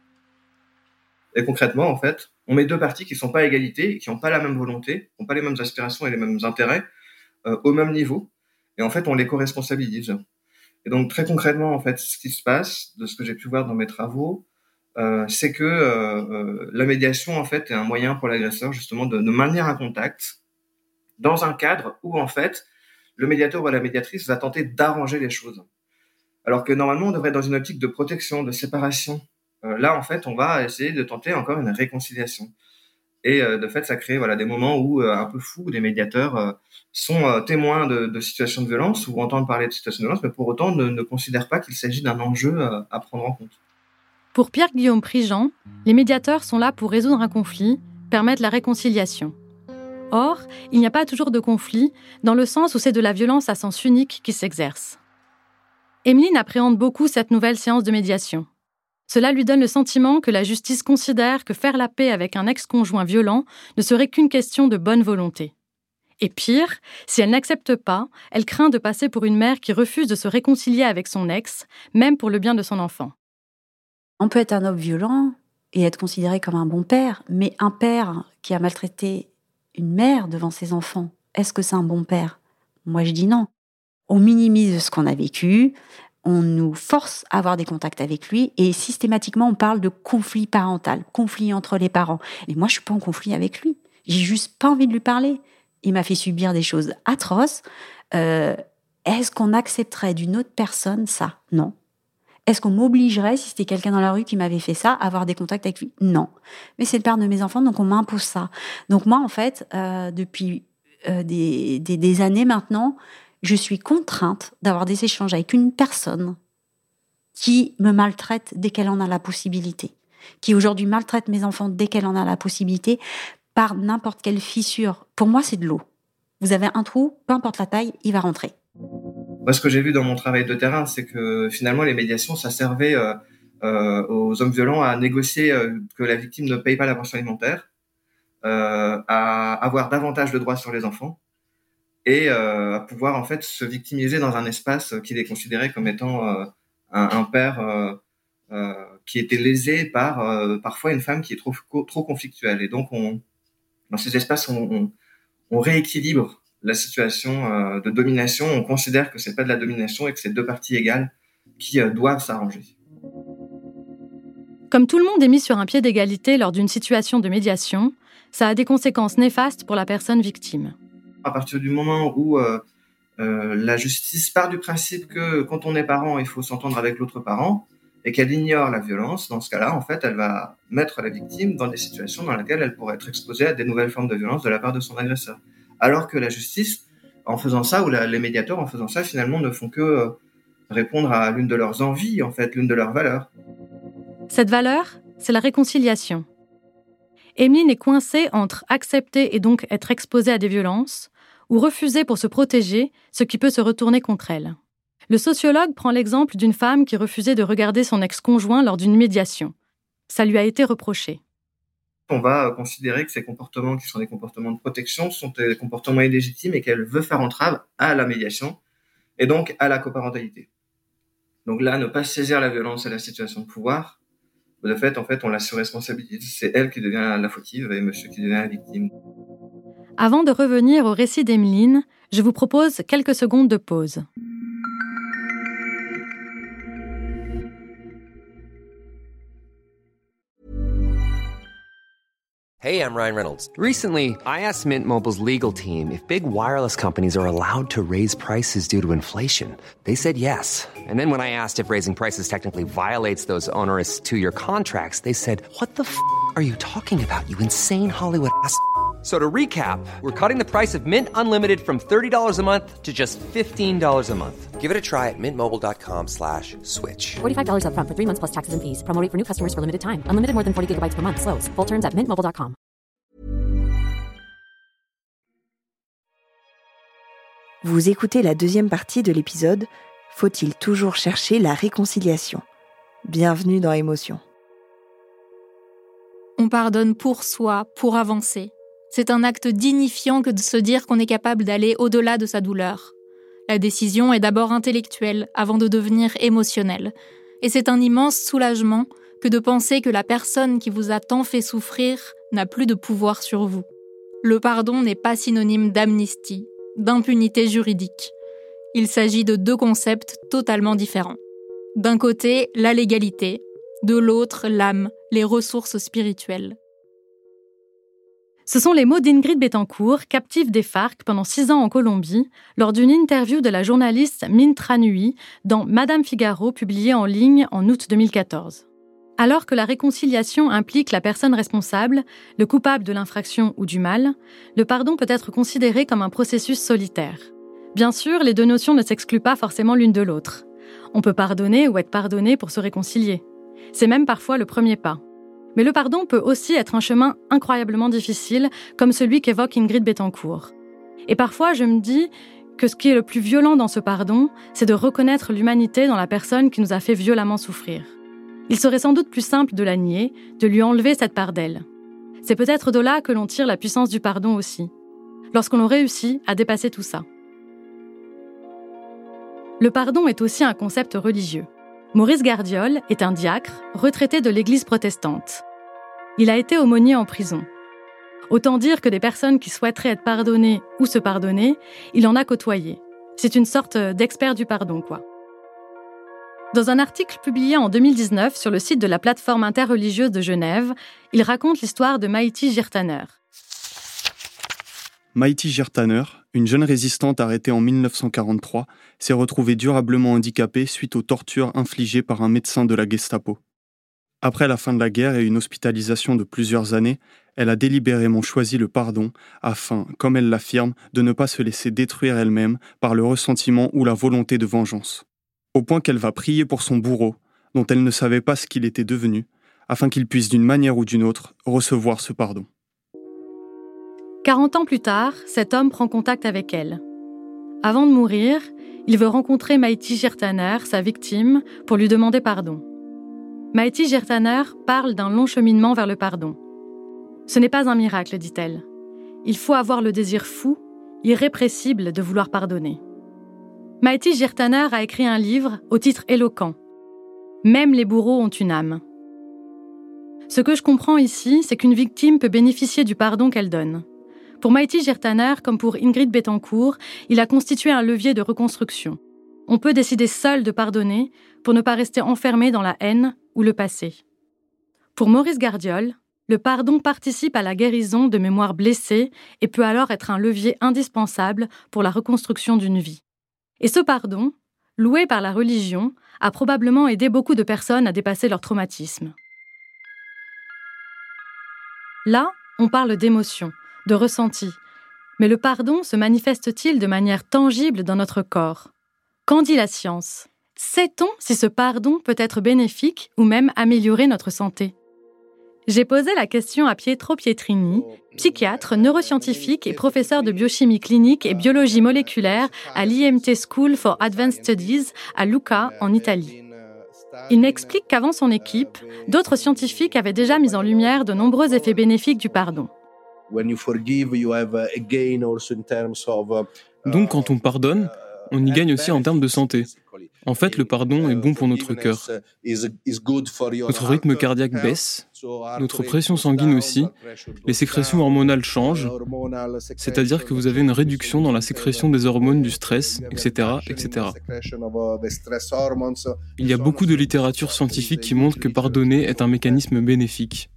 Et concrètement, en fait, on met deux parties qui ne sont pas à égalité, qui n'ont pas la même volonté, qui n'ont pas les mêmes aspirations et les mêmes intérêts, euh, au même niveau. Et en fait, on les co-responsabilise. Et donc, très concrètement, en fait, ce qui se passe, de ce que j'ai pu voir dans mes travaux, euh, c'est que euh, euh, la médiation, en fait, est un moyen pour l'agresseur, justement, de, de maintenir un contact dans un cadre où, en fait, le médiateur ou la médiatrice va tenter d'arranger les choses. Alors que, normalement, on devrait être dans une optique de protection, de séparation. Euh, là, en fait, on va essayer de tenter encore une réconciliation. Et euh, de fait, ça crée voilà, des moments où, euh, un peu fous, où des médiateurs euh, sont euh, témoins de, de situations de violence ou entendent parler de situations de violence, mais pour autant ne, ne considèrent pas qu'il s'agit d'un enjeu euh, à prendre en compte. Pour Pierre-Guillaume Prigent, les médiateurs sont là pour résoudre un conflit, permettre la réconciliation. Or, il n'y a pas toujours de conflit, dans le sens où c'est de la violence à sens unique qui s'exerce. Emeline appréhende beaucoup cette nouvelle séance de médiation. Cela lui donne le sentiment que la justice considère que faire la paix avec un ex-conjoint violent ne serait qu'une question de bonne volonté. Et pire, si elle n'accepte pas, elle craint de passer pour une mère qui refuse de se réconcilier avec son ex, même pour le bien de son enfant. On peut être un homme violent et être considéré comme un bon père, mais un père qui a maltraité une mère devant ses enfants, est-ce que c'est un bon père ? Moi, je dis non. On minimise ce qu'on a vécu, on nous force à avoir des contacts avec lui et systématiquement, on parle de conflit parental, conflit entre les parents. Et moi, je suis pas en conflit avec lui. J'ai juste pas envie de lui parler. Il m'a fait subir des choses atroces. Euh, est-ce qu'on accepterait d'une autre personne ça ? Non. Est-ce qu'on m'obligerait, si c'était quelqu'un dans la rue qui m'avait fait ça, à avoir des contacts avec lui ? Non. Mais c'est le père de mes enfants, donc on m'impose ça. Donc moi, en fait, euh, depuis euh, des, des, des années maintenant, je suis contrainte d'avoir des échanges avec une personne qui me maltraite dès qu'elle en a la possibilité, qui aujourd'hui maltraite mes enfants dès qu'elle en a la possibilité, par n'importe quelle fissure. Pour moi, c'est de l'eau. Vous avez un trou, peu importe la taille, il va rentrer. Moi, ce que j'ai vu dans mon travail de terrain, c'est que finalement, les médiations, ça servait euh, euh, aux hommes violents à négocier euh, que la victime ne paye pas la pension alimentaire, euh, à avoir davantage de droits sur les enfants et euh, à pouvoir en fait se victimiser dans un espace qui les considérait comme étant euh, un, un père euh, euh, qui était lésé par euh, parfois une femme qui est trop trop conflictuelle. Et donc, on, dans ces espaces, on, on, on rééquilibre la situation euh, de domination. On considère que c'est pas de la domination et que c'est deux parties égales qui euh, doivent s'arranger. Comme tout le monde est mis sur un pied d'égalité lors d'une situation de médiation, ça a des conséquences néfastes pour la personne victime. À partir du moment où euh, euh, la justice part du principe que quand on est parent, il faut s'entendre avec l'autre parent et qu'elle ignore la violence, dans ce cas-là, en fait, elle va mettre la victime dans des situations dans lesquelles elle pourrait être exposée à des nouvelles formes de violence de la part de son agresseur. Alors que la justice, en faisant ça, ou la, les médiateurs, en faisant ça, finalement, ne font que euh, répondre à l'une de leurs envies, en fait, l'une de leurs valeurs. Cette valeur, c'est la réconciliation. Emeline est coincée entre accepter et donc être exposée à des violences, ou refuser pour se protéger, ce qui peut se retourner contre elle. Le sociologue prend l'exemple d'une femme qui refusait de regarder son ex-conjoint lors d'une médiation. Ça lui a été reproché. On va considérer que ces comportements qui sont des comportements de protection sont des comportements illégitimes et qu'elle veut faire entrave à la médiation et donc à la coparentalité. Donc là, ne pas saisir la violence et la situation de pouvoir, de fait, en fait, on la surresponsabilise. C'est elle qui devient la fautive et monsieur qui devient la victime. Avant de revenir au récit d'Emeline, je vous propose quelques secondes de pause. Hey, I'm Ryan Reynolds. Recently, I asked Mint Mobile's legal team if big wireless companies are allowed to raise prices due to inflation. They said yes. And then when I asked if raising prices technically violates those onerous two-year contracts, they said, what the f*** are you talking about, you insane Hollywood ass f- So to recap, we're cutting the price of Mint Unlimited from thirty dollars a month to just fifteen dollars a month. Give it a try at mintmobile.com slash switch. forty-five dollars up front for three months plus taxes and fees. Promo rate for new customers for limited time. Unlimited more than forty gigabytes per month. Slows full terms at mint mobile dot com. Vous écoutez la deuxième partie de l'épisode « Faut-il toujours chercher la réconciliation ?» Bienvenue dans Émotion. On pardonne pour soi, pour avancer. C'est un acte dignifiant que de se dire qu'on est capable d'aller au-delà de sa douleur. La décision est d'abord intellectuelle avant de devenir émotionnelle. Et c'est un immense soulagement que de penser que la personne qui vous a tant fait souffrir n'a plus de pouvoir sur vous. Le pardon n'est pas synonyme d'amnistie, d'impunité juridique. Il s'agit de deux concepts totalement différents. D'un côté, la légalité, de l'autre, l'âme, les ressources spirituelles. Ce sont les mots d'Ingrid Betancourt, captive des FARC pendant six ans en Colombie, lors d'une interview de la journaliste Mintra Nui dans Madame Figaro, publiée en ligne en août deux mille quatorze. Alors que la réconciliation implique la personne responsable, le coupable de l'infraction ou du mal, le pardon peut être considéré comme un processus solitaire. Bien sûr, les deux notions ne s'excluent pas forcément l'une de l'autre. On peut pardonner ou être pardonné pour se réconcilier. C'est même parfois le premier pas. Mais le pardon peut aussi être un chemin incroyablement difficile, comme celui qu'évoque Ingrid Betancourt. Et parfois, je me dis que ce qui est le plus violent dans ce pardon, c'est de reconnaître l'humanité dans la personne qui nous a fait violemment souffrir. Il serait sans doute plus simple de la nier, de lui enlever cette part d'elle. C'est peut-être de là que l'on tire la puissance du pardon aussi, lorsqu'on réussit à dépasser tout ça. Le pardon est aussi un concept religieux. Maurice Gardiol est un diacre, retraité de l'Église protestante. Il a été aumônier en prison. Autant dire que des personnes qui souhaiteraient être pardonnées ou se pardonner, il en a côtoyé. C'est une sorte d'expert du pardon, quoi. Dans un article publié en deux mille dix-neuf sur le site de la plateforme interreligieuse de Genève, il raconte l'histoire de Maïti Jirtaner. Maïti Jirtaner, une jeune résistante arrêtée en mille neuf cent quarante-trois, s'est retrouvée durablement handicapée suite aux tortures infligées par un médecin de la Gestapo. Après la fin de la guerre et une hospitalisation de plusieurs années, elle a délibérément choisi le pardon afin, comme elle l'affirme, de ne pas se laisser détruire elle-même par le ressentiment ou la volonté de vengeance. Au point qu'elle va prier pour son bourreau, dont elle ne savait pas ce qu'il était devenu, afin qu'il puisse d'une manière ou d'une autre recevoir ce pardon. quarante ans plus tard, cet homme prend contact avec elle. Avant de mourir, Il veut rencontrer Maïti Jirtaner, sa victime, pour lui demander pardon. Maïti Jirtaner parle d'un long cheminement vers le pardon. Ce n'est pas un miracle, dit-elle. Il faut avoir le désir fou, irrépressible de vouloir pardonner. Maïti Jirtaner a écrit un livre au titre éloquent. Même les bourreaux ont une âme. Ce que je comprends ici, c'est qu'une victime peut bénéficier du pardon qu'elle donne. Pour Maïti Jirtaner, comme pour Ingrid Betancourt, il a constitué un levier de reconstruction. On peut décider seul de pardonner pour ne pas rester enfermé dans la haine ou le passé. Pour Maurice Gardiol, le pardon participe à la guérison de mémoires blessées et peut alors être un levier indispensable pour la reconstruction d'une vie. Et ce pardon, loué par la religion, a probablement aidé beaucoup de personnes à dépasser leur traumatisme. Là, on parle d'émotion, de ressenti. Mais le pardon se manifeste-t-il de manière tangible dans notre corps ? Qu'en dit la science ? Sait-on si ce pardon peut être bénéfique ou même améliorer notre santé ? J'ai posé la question à Pietro Pietrini, psychiatre, neuroscientifique et professeur de biochimie clinique et biologie moléculaire à l'I M T School for Advanced Studies à Lucca, en Italie. Il m'explique qu'avant son équipe, d'autres scientifiques avaient déjà mis en lumière de nombreux effets bénéfiques du pardon. Donc quand on pardonne, on y gagne aussi en termes de santé. En fait, le pardon est bon pour notre cœur. Notre rythme cardiaque baisse, notre pression sanguine aussi, les sécrétions hormonales changent, c'est-à-dire que vous avez une réduction dans la sécrétion des hormones du stress, et cetera, et cetera. Il y a beaucoup de littérature scientifique qui montre que pardonner est un mécanisme bénéfique.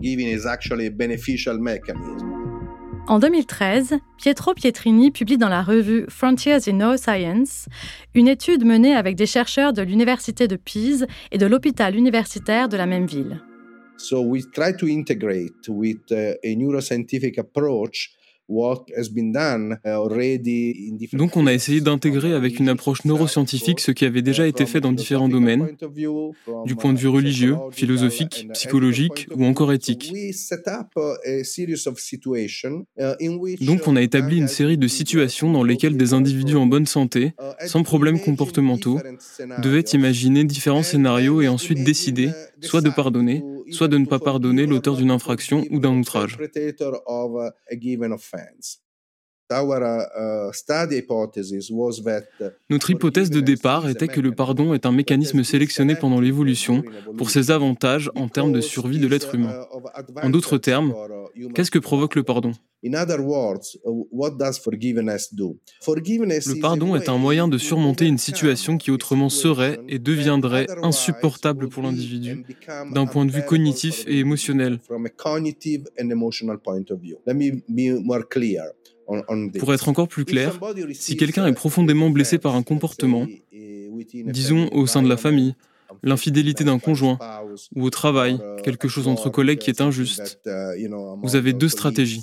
En deux mille treize, Pietro Pietrini publie dans la revue Frontiers in Neuroscience une étude menée avec des chercheurs de l'université de Pise et de l'hôpital universitaire de la même ville. So we try to integrate with a neuroscientific approach what has been done already in different. Donc on a essayé d'intégrer avec une approche neuroscientifique ce qui avait déjà été fait dans différents domaines, du point de vue religieux, philosophique, psychologique ou encore éthique. Donc on a établi une série de situations dans lesquelles des individus en bonne santé, sans problèmes comportementaux, devaient imaginer différents scénarios et ensuite décider soit de pardonner, soit de ne pas pardonner l'auteur d'une infraction ou d'un outrage. Notre hypothèse de départ était que le pardon est un mécanisme sélectionné pendant l'évolution pour ses avantages en termes de survie de l'être humain. En d'autres termes, qu'est-ce que provoque le pardon ? Le pardon est un moyen de surmonter une situation qui autrement serait et deviendrait insupportable pour l'individu d'un point de vue cognitif et émotionnel. Pour être encore plus clair, si quelqu'un est profondément blessé par un comportement, disons au sein de la famille, l'infidélité d'un conjoint, ou au travail, quelque chose entre collègues qui est injuste, vous avez deux stratégies.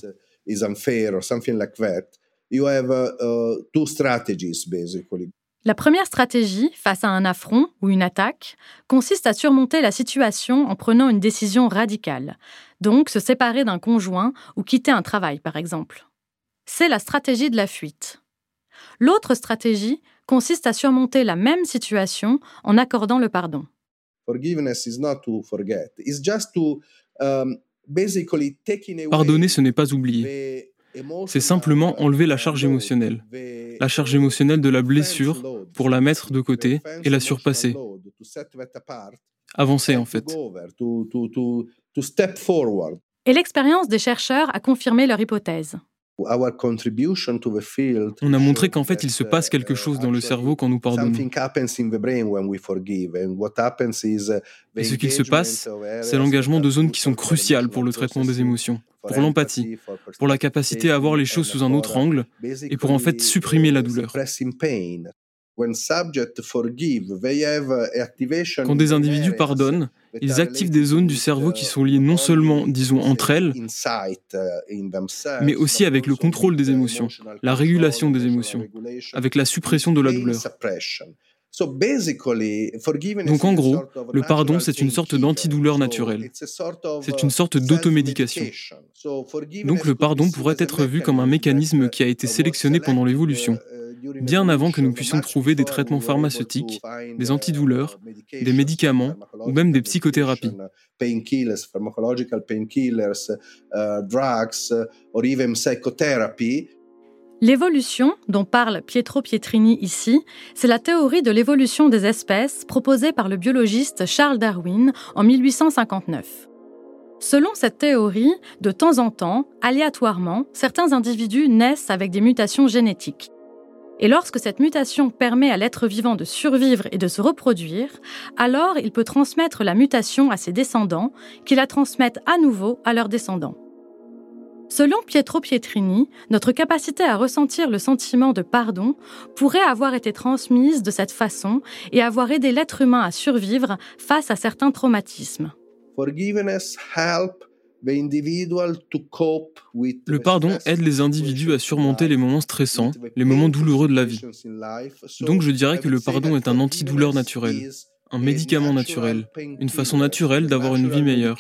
La première stratégie, face à un affront ou une attaque, consiste à surmonter la situation en prenant une décision radicale, donc se séparer d'un conjoint ou quitter un travail, par exemple. C'est la stratégie de la fuite. L'autre stratégie consiste à surmonter la même situation en accordant le pardon. Pardonner, ce n'est pas oublier. C'est simplement enlever la charge émotionnelle. La charge émotionnelle de la blessure pour la mettre de côté et la surpasser. Avancer, en fait. Et l'expérience des chercheurs a confirmé leur hypothèse. On a montré qu'en fait, il se passe quelque chose dans le cerveau quand nous pardonnons. Et ce qu'il se passe, c'est l'engagement de zones qui sont cruciales pour le traitement des émotions, pour l'empathie, pour la capacité à voir les choses sous un autre angle et pour en fait supprimer la douleur. Quand des individus pardonnent, ils activent des zones du cerveau qui sont liées non seulement, disons, entre elles, mais aussi avec le contrôle des émotions, la régulation des émotions, avec la suppression de la douleur. Donc en gros, le pardon, c'est une sorte d'antidouleur naturelle. C'est une sorte d'automédication. Donc le pardon pourrait être vu comme un mécanisme qui a été sélectionné pendant l'évolution, bien avant que nous puissions trouver des traitements pharmaceutiques, des antidouleurs, des médicaments ou même des psychothérapies. Painkillers, pharmacological painkillers, uh, drugs, or even psychotherapy. L'évolution, dont parle Pietro Pietrini ici, c'est la théorie de l'évolution des espèces proposée par le biologiste Charles Darwin en mille huit cent cinquante-neuf. Selon cette théorie, de temps en temps, aléatoirement, certains individus naissent avec des mutations génétiques. Et lorsque cette mutation permet à l'être vivant de survivre et de se reproduire, alors il peut transmettre la mutation à ses descendants, qui la transmettent à nouveau à leurs descendants. Selon Pietro Pietrini, notre capacité à ressentir le sentiment de pardon pourrait avoir été transmise de cette façon et avoir aidé l'être humain à survivre face à certains traumatismes. Forgiveness help the individual to cope with Le pardon aide les individus à surmonter les moments stressants, les moments douloureux de la vie. Donc je dirais que le pardon est un antidouleur naturel, un médicament naturel, une façon naturelle d'avoir une vie meilleure.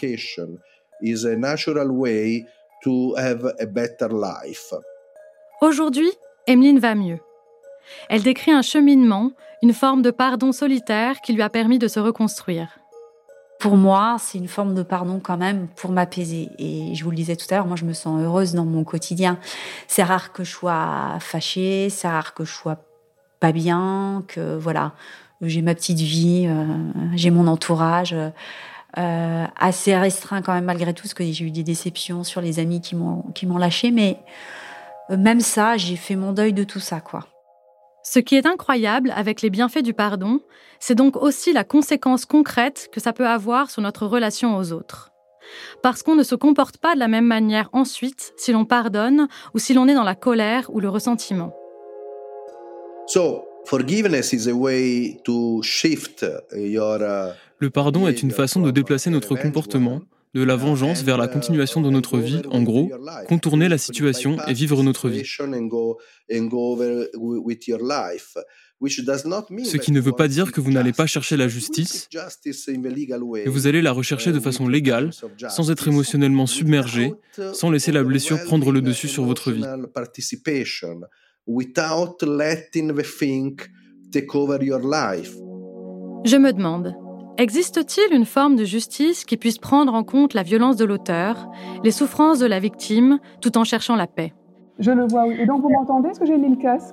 Aujourd'hui, Emeline va mieux. Elle décrit un cheminement, une forme de pardon solitaire qui lui a permis de se reconstruire. Pour moi, c'est une forme de pardon quand même pour m'apaiser. Et je vous le disais tout à l'heure, moi je me sens heureuse dans mon quotidien. C'est rare que je sois fâchée, c'est rare que je sois pas bien, que voilà, j'ai ma petite vie, euh, j'ai mon entourage. Euh, assez restreint quand même malgré tout, parce que j'ai eu des déceptions sur les amis qui m'ont, qui m'ont lâché, mais euh, même ça, j'ai fait mon deuil de tout ça, quoi. Ce qui est incroyable avec les bienfaits du pardon, c'est donc aussi la conséquence concrète que ça peut avoir sur notre relation aux autres. Parce qu'on ne se comporte pas de la même manière ensuite si l'on pardonne ou si l'on est dans la colère ou le ressentiment. So, forgiveness is a way to shift your uh... Le pardon est une façon de déplacer notre comportement, de la vengeance vers la continuation de notre vie, en gros, contourner la situation et vivre notre vie. Ce qui ne veut pas dire que vous n'allez pas chercher la justice, mais vous allez la rechercher de façon légale, sans être émotionnellement submergé, sans laisser la blessure prendre le dessus sur votre vie. Je me demande, existe-t-il une forme de justice qui puisse prendre en compte la violence de l'auteur, les souffrances de la victime, tout en cherchant la paix? Je le vois, oui. Et donc vous m'entendez? Est-ce que j'ai mis le casque?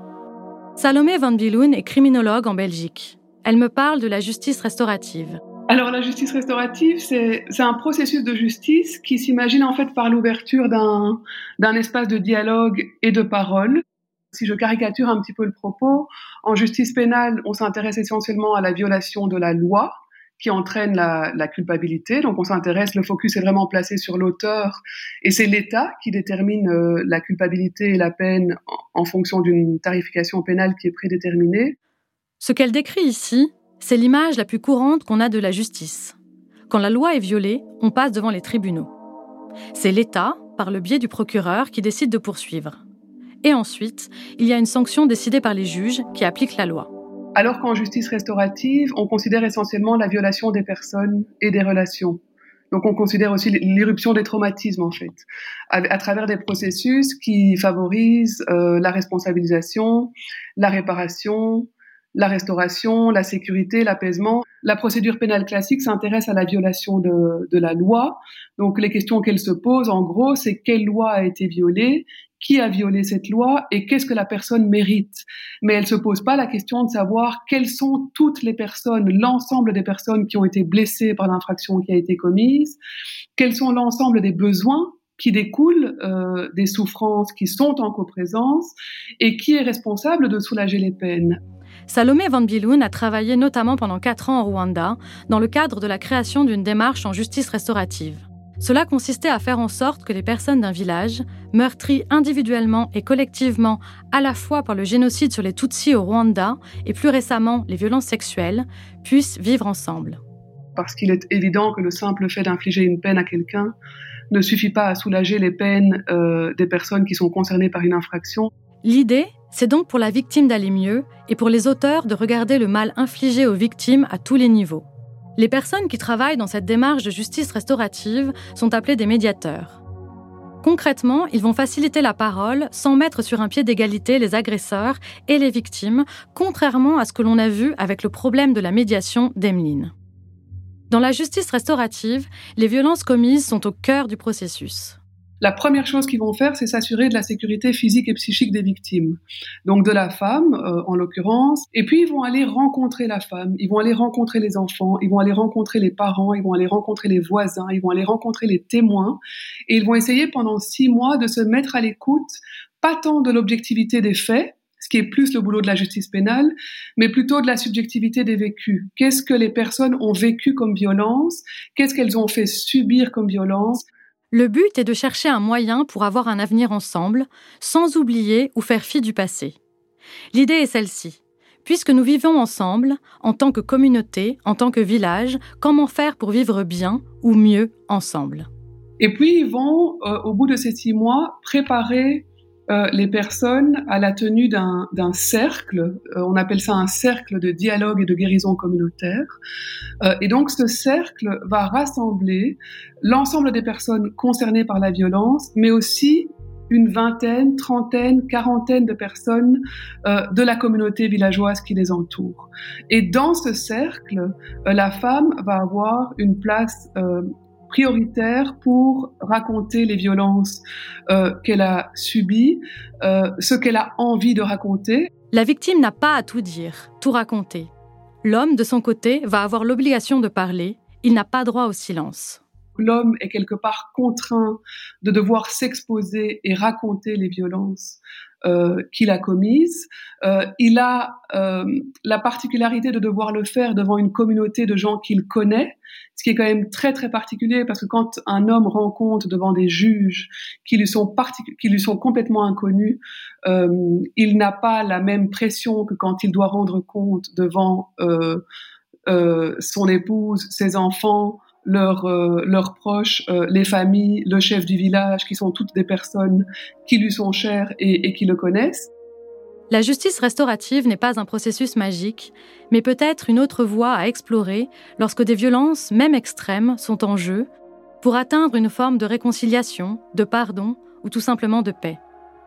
Salomé Van Biloen est criminologue en Belgique. Elle me parle de la justice restaurative. Alors la justice restaurative, c'est, c'est un processus de justice qui s'imagine en fait par l'ouverture d'un, d'un espace de dialogue et de parole. Si je caricature un petit peu le propos, en justice pénale, on s'intéresse essentiellement à la violation de la loi qui entraîne la, la culpabilité. Donc on s'intéresse, le focus est vraiment placé sur l'auteur et c'est l'État qui détermine euh, la culpabilité et la peine en, en fonction d'une tarification pénale qui est prédéterminée. Ce qu'elle décrit ici, c'est l'image la plus courante qu'on a de la justice. Quand la loi est violée, on passe devant les tribunaux. C'est l'État, par le biais du procureur, qui décide de poursuivre. Et ensuite, il y a une sanction décidée par les juges qui appliquent la loi. Alors qu'en justice restaurative, on considère essentiellement la violation des personnes et des relations. Donc on considère aussi l'irruption des traumatismes, en fait, à, à travers des processus qui favorisent euh, la responsabilisation, la réparation, la restauration, la sécurité, l'apaisement. La procédure pénale classique s'intéresse à la violation de, de la loi. Donc les questions qu'elle se pose, en gros, c'est quelle loi a été violée, qui a violé cette loi et qu'est-ce que la personne mérite. Mais elle se pose pas la question de savoir quelles sont toutes les personnes, l'ensemble des personnes qui ont été blessées par l'infraction qui a été commise, quels sont l'ensemble des besoins qui découlent euh, des souffrances qui sont en coprésence et qui est responsable de soulager les peines. Salomé Van Biloen a travaillé notamment pendant quatre ans au Rwanda dans le cadre de la création d'une démarche en justice restaurative. Cela consistait à faire en sorte que les personnes d'un village, meurtries individuellement et collectivement à la fois par le génocide sur les Tutsis au Rwanda et plus récemment les violences sexuelles, puissent vivre ensemble. Parce qu'il est évident que le simple fait d'infliger une peine à quelqu'un ne suffit pas à soulager les peines euh, des personnes qui sont concernées par une infraction. L'idée, c'est donc pour la victime d'aller mieux et pour les auteurs de regarder le mal infligé aux victimes à tous les niveaux. Les personnes qui travaillent dans cette démarche de justice restaurative sont appelées des médiateurs. Concrètement, ils vont faciliter la parole sans mettre sur un pied d'égalité les agresseurs et les victimes, contrairement à ce que l'on a vu avec le problème de la médiation d'Emeline. Dans la justice restaurative, les violences commises sont au cœur du processus. La première chose qu'ils vont faire, c'est s'assurer de la sécurité physique et psychique des victimes. Donc de la femme, euh, en l'occurrence. Et puis, ils vont aller rencontrer la femme, ils vont aller rencontrer les enfants, ils vont aller rencontrer les parents, ils vont aller rencontrer les voisins, ils vont aller rencontrer les témoins. Et ils vont essayer pendant six mois de se mettre à l'écoute, pas tant de l'objectivité des faits, ce qui est plus le boulot de la justice pénale, mais plutôt de la subjectivité des vécus. Qu'est-ce que les personnes ont vécu comme violence? Qu'est-ce qu'elles ont fait subir comme violence? Le but est de chercher un moyen pour avoir un avenir ensemble, sans oublier ou faire fi du passé. L'idée est celle-ci. Puisque nous vivons ensemble, en tant que communauté, en tant que village, comment faire pour vivre bien ou mieux ensemble? Et puis, ils vont, euh, au bout de ces six mois, préparer euh, les personnes à la tenue d'un, d'un cercle. Euh, on appelle ça un cercle de dialogue et de guérison communautaire. Euh, et donc, ce cercle va rassembler l'ensemble des personnes concernées par la violence, mais aussi une vingtaine, trentaine, quarantaine de personnes euh, de la communauté villageoise qui les entoure. Et dans ce cercle, euh, la femme va avoir une place euh, prioritaire pour raconter les violences euh, qu'elle a subies, euh, ce qu'elle a envie de raconter. La victime n'a pas à tout dire, tout raconter. L'homme, de son côté, va avoir l'obligation de parler. Il n'a pas droit au silence. L'homme est quelque part contraint de devoir s'exposer et raconter les violences euh, qu'il a commises. Euh, il a euh, la particularité de devoir le faire devant une communauté de gens qu'il connaît, ce qui est quand même très très particulier parce que quand un homme rend compte devant des juges qui lui sont, partic- qui lui sont complètement inconnus, euh, il n'a pas la même pression que quand il doit rendre compte devant euh, euh, son épouse, ses enfants, leurs euh, leurs proches, euh, les familles, le chef du village, qui sont toutes des personnes qui lui sont chères et, et qui le connaissent. La justice restaurative n'est pas un processus magique, mais peut-être une autre voie à explorer lorsque des violences, même extrêmes, sont en jeu, pour atteindre une forme de réconciliation, de pardon ou tout simplement de paix.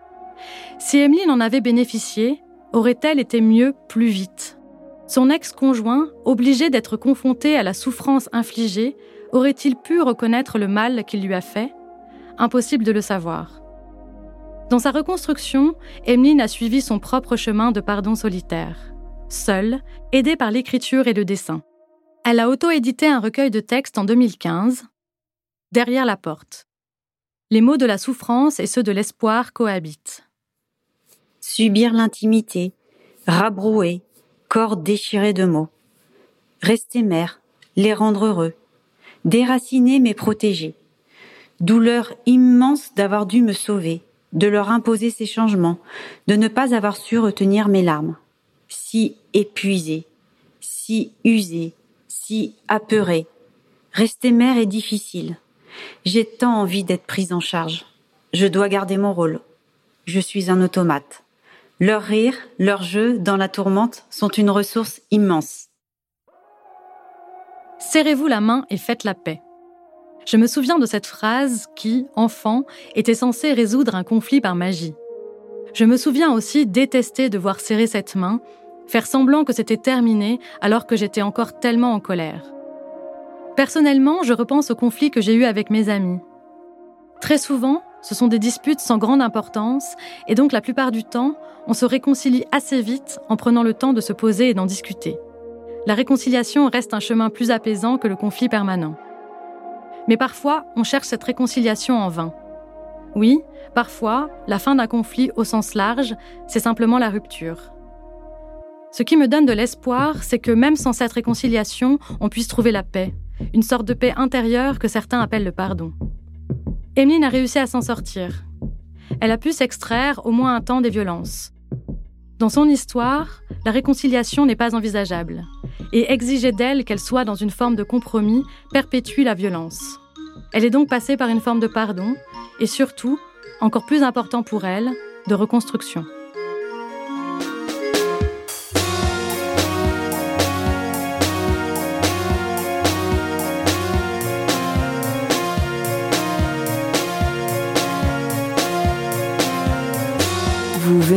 Si Emeline en avait bénéficié, aurait-elle été mieux plus vite ? Son ex-conjoint, obligé d'être confronté à la souffrance infligée, aurait-il pu reconnaître le mal qu'il lui a fait ? Impossible de le savoir. Dans sa reconstruction, Emeline a suivi son propre chemin de pardon solitaire. Seule, aidée par l'écriture et le dessin. Elle a auto-édité un recueil de textes en deux mille quinze, « Derrière la porte ». Les mots de la souffrance et ceux de l'espoir cohabitent. Subir l'intimité, rabrouer, corps déchiré de mots. Rester mère, les rendre heureux. Déraciner mais protéger. Douleur immense d'avoir dû me sauver, de leur imposer ces changements, de ne pas avoir su retenir mes larmes. Si épuisée, si usée, si apeurée. Rester mère est difficile. J'ai tant envie d'être prise en charge. Je dois garder mon rôle. Je suis un automate. Leurs rires, leurs jeux dans la tourmente sont une ressource immense. Serrez-vous la main et faites la paix. Je me souviens de cette phrase qui, enfant, était censée résoudre un conflit par magie. Je me souviens aussi détester devoir serrer cette main, faire semblant que c'était terminé alors que j'étais encore tellement en colère. Personnellement, je repense aux conflits que j'ai eus avec mes amis. Très souvent, ce sont des disputes sans grande importance et donc la plupart du temps, on se réconcilie assez vite en prenant le temps de se poser et d'en discuter. La réconciliation reste un chemin plus apaisant que le conflit permanent. Mais parfois, on cherche cette réconciliation en vain. Oui, parfois, la fin d'un conflit au sens large, c'est simplement la rupture. Ce qui me donne de l'espoir, c'est que même sans cette réconciliation, on puisse trouver la paix, une sorte de paix intérieure que certains appellent le pardon. Emeline a réussi à s'en sortir. Elle a pu s'extraire au moins un temps des violences. Dans son histoire, la réconciliation n'est pas envisageable. Et exiger d'elle qu'elle soit dans une forme de compromis perpétue la violence. Elle est donc passée par une forme de pardon et surtout, encore plus important pour elle, de reconstruction.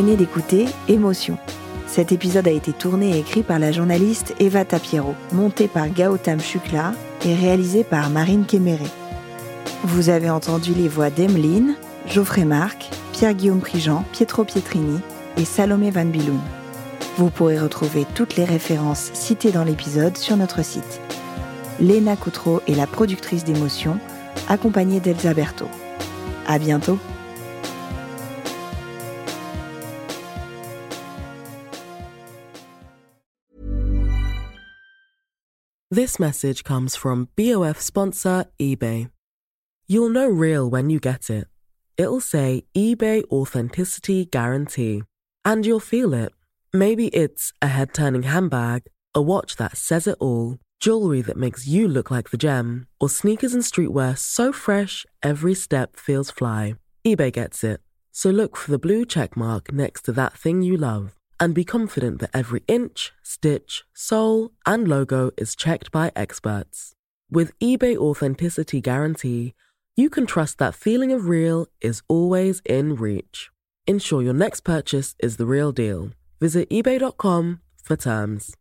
venez d'écouter Émotion. Cet épisode a été tourné et écrit par la journaliste Eva Tapiero, monté par Gautam Shukla et réalisé par Marine Kéméré. Vous avez entendu les voix d'Emeline, Geoffrey Marc, Pierre-Guillaume Prigent, Pietro Pietrini et Salomé Van Biloun. Vous pourrez retrouver toutes les références citées dans l'épisode sur notre site. Léna Coutreau est la productrice d'Émotion, accompagnée d'Elsa Berthaud. À bientôt. This message comes from B O F sponsor eBay. You'll know real when you get it. It'll say eBay Authenticity Guarantee. And you'll feel it. Maybe it's a head-turning handbag, a watch that says it all, jewelry that makes you look like the gem, or sneakers and streetwear so fresh every step feels fly. eBay gets it. So look for the blue check mark next to that thing you love. And be confident that every inch, stitch, sole, and logo is checked by experts. With eBay Authenticity Guarantee, you can trust that feeling of real is always in reach. Ensure your next purchase is the real deal. Visit ebay dot com for terms.